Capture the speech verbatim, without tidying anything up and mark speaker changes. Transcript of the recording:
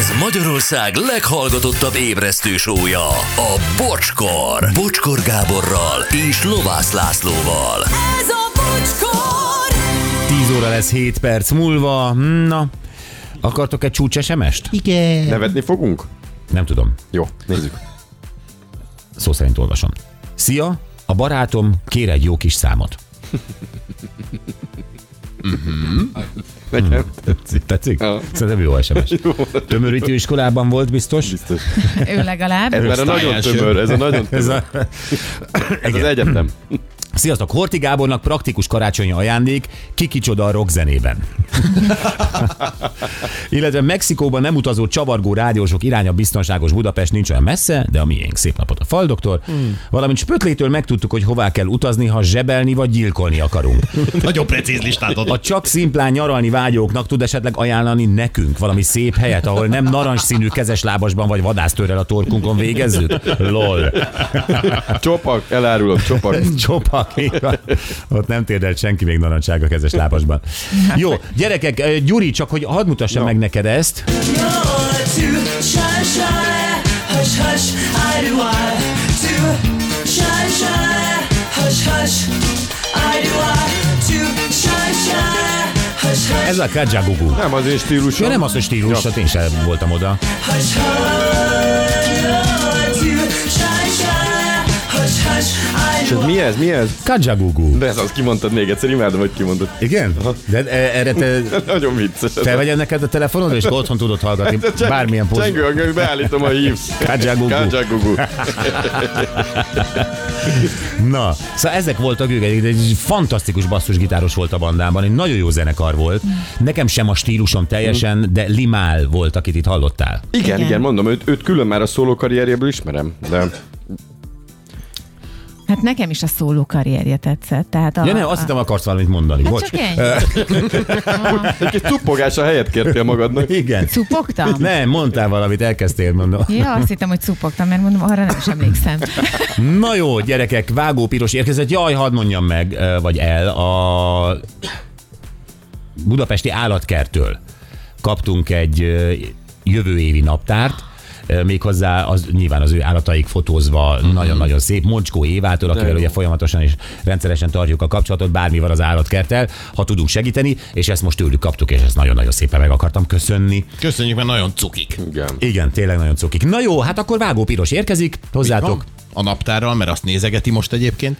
Speaker 1: Ez Magyarország leghallgatottabb ébresztő show-ja, a Bocskor. Bocskor Gáborral és Lovász Lászlóval.
Speaker 2: Ez a Bocskor!
Speaker 3: tíz óra lesz hét perc múlva. Na, akartok egy csúcs es em est?
Speaker 4: Igen.
Speaker 5: Nevetni fogunk?
Speaker 3: Nem tudom.
Speaker 5: Jó, nézzük.
Speaker 3: Szó szerint olvasom. Szia, a barátom kér egy jó kis számot.
Speaker 5: Nekem tetszik.
Speaker 3: Tetszik?
Speaker 5: Ja.
Speaker 3: Szerintem jó es em es. Tömörítő iskolában volt biztos?
Speaker 5: Biztos.
Speaker 4: Ő legalább.
Speaker 5: Ez már a nagyon tömör, ez a nagyon
Speaker 3: Ez,
Speaker 5: tömör.
Speaker 3: a...
Speaker 5: Ez az egyetem.
Speaker 3: Sziasztok, Horthy Gábornak praktikus karácsonyi ajándék, ki kicsoda a rockzenében. Illetve Mexikóban nem utazó csavargó rádiósok iránya biztonságos Budapest nincs olyan messze, de a miénk. Szép napot a Faldoktor. Hmm. Valamint Spöklétől megtudtuk, hogy hová kell utazni, ha zsebelni vagy gyilkolni akarunk.
Speaker 6: Nagyon precíz listát adott.
Speaker 3: A csak szimplán nyaralni vágyóknak tud esetleg ajánlani nekünk valami szép helyet, ahol nem narancsszínű kezeslábasban vagy vadásztőrrel a torkunkon végezzük? Lol.
Speaker 5: Csopak, elárulok, csopak.
Speaker 3: Csopak. Ott nem térdelt senki még narancsága kezes lábasban. Jó, gyerekek, Gyuri, csak hogy hadd mutassam
Speaker 5: no.
Speaker 3: meg neked ezt. Ez a Kajagugu.
Speaker 5: Nem az én stílusom.
Speaker 3: Ja, nem az, hogy stílus, ja. Én sem voltam oda.
Speaker 5: És ez mi ez? Mi ez?
Speaker 3: Kajagugu.
Speaker 5: De ez az, kimondtad még egyszer, imádom, hogy kimondod.
Speaker 3: Igen? De erre te...
Speaker 5: Nagyon vicces.
Speaker 3: Felvegyed neked a telefonod, és otthon tudod hallgatni bármilyen pozit.
Speaker 5: Csengő, hogy beállítom, ha hívsz.
Speaker 3: Kajagugu.
Speaker 5: Kajagugu.
Speaker 3: Na, szóval ezek voltak ők, egy fantasztikus basszusgitáros volt a bandában, egy nagyon jó zenekar volt. Nekem sem a stílusom teljesen, de Limál volt, akit itt hallottál.
Speaker 5: Igen, igen,
Speaker 4: Igen.
Speaker 5: mondom, őt, őt külön már a szóló karrierjéből ismerem, de...
Speaker 4: Hát nekem is a szóló karrierje tetszett. Tehát a,
Speaker 3: Ja nem, azt hittem akarsz valamit mondani.
Speaker 4: Hát
Speaker 3: Bocs.
Speaker 4: csak ennyi.
Speaker 5: Egy kis cuppogás a helyet kértél magadnak.
Speaker 3: Igen.
Speaker 4: Cupogtam?
Speaker 3: Nem, mondtál valamit, elkezdtél mondani.
Speaker 4: Ja, azt hittem, hogy cupogtam, mert mondom, arra nem is emlékszem.
Speaker 3: Na jó, gyerekek, Vágó Piros érkezett. Jaj, hadd mondjam meg, vagy el, a budapesti állatkerttől kaptunk egy jövő évi naptárt, méghozzá az, nyilván az ő állataik fotózva mm-hmm. nagyon-nagyon szép. Moncskó Évától, akivel ugye folyamatosan és rendszeresen tartjuk a kapcsolatot, bármi van az állatkerttel, ha tudunk segíteni, és ezt most tőlük kaptuk, és ezt nagyon-nagyon szépen meg akartam köszönni.
Speaker 6: Köszönjük, mert nagyon cukik.
Speaker 5: Igen.
Speaker 3: Igen, tényleg nagyon cukik. Na jó, hát akkor Vágó Piros érkezik hozzátok.
Speaker 6: A naptárral, mert azt nézegeti most egyébként.